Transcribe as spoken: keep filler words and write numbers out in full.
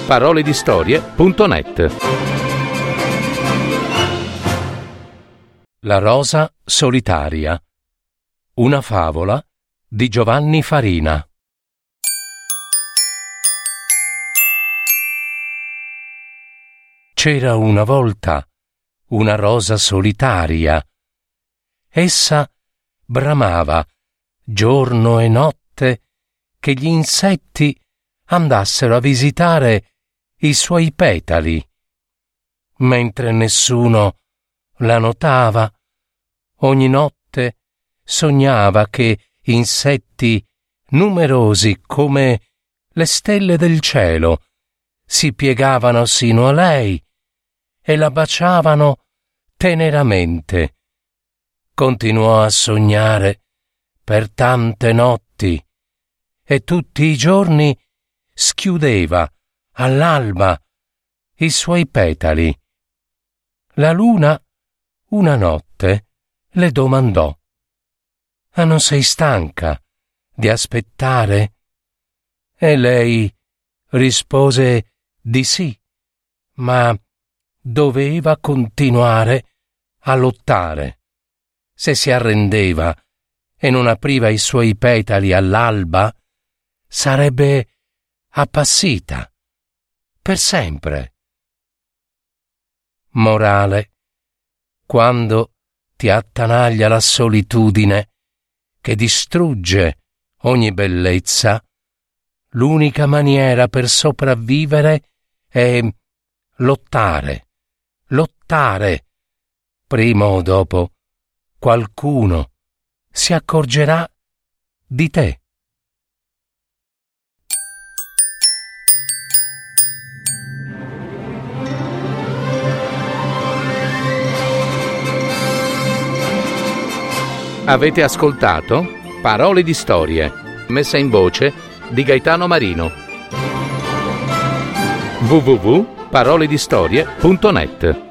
parole di storie punto net. La rosa solitaria. Una favola di Giovanni Farina. C'era una volta una rosa solitaria. Essa bramava giorno e notte che gli insetti andassero a visitare i suoi petali. Mentre nessuno la notava, ogni notte sognava che insetti numerosi come le stelle del cielo si piegavano sino a lei e la baciavano teneramente. Continuò a sognare per tante notti e tutti i giorni schiudeva all'alba i suoi petali. La luna una notte le domandò: «Ah, non sei stanca di aspettare?» E lei rispose di sì, ma doveva continuare a lottare. Se si arrendeva e non apriva i suoi petali all'alba, sarebbe appassita per sempre. Morale: quando ti attanaglia la solitudine che distrugge ogni bellezza, l'unica maniera per sopravvivere è lottare, lottare. Prima o dopo qualcuno si accorgerà di te. Avete ascoltato Parole di storie, messa in voce di Gaetano Marino. w w w punto parole di storie punto net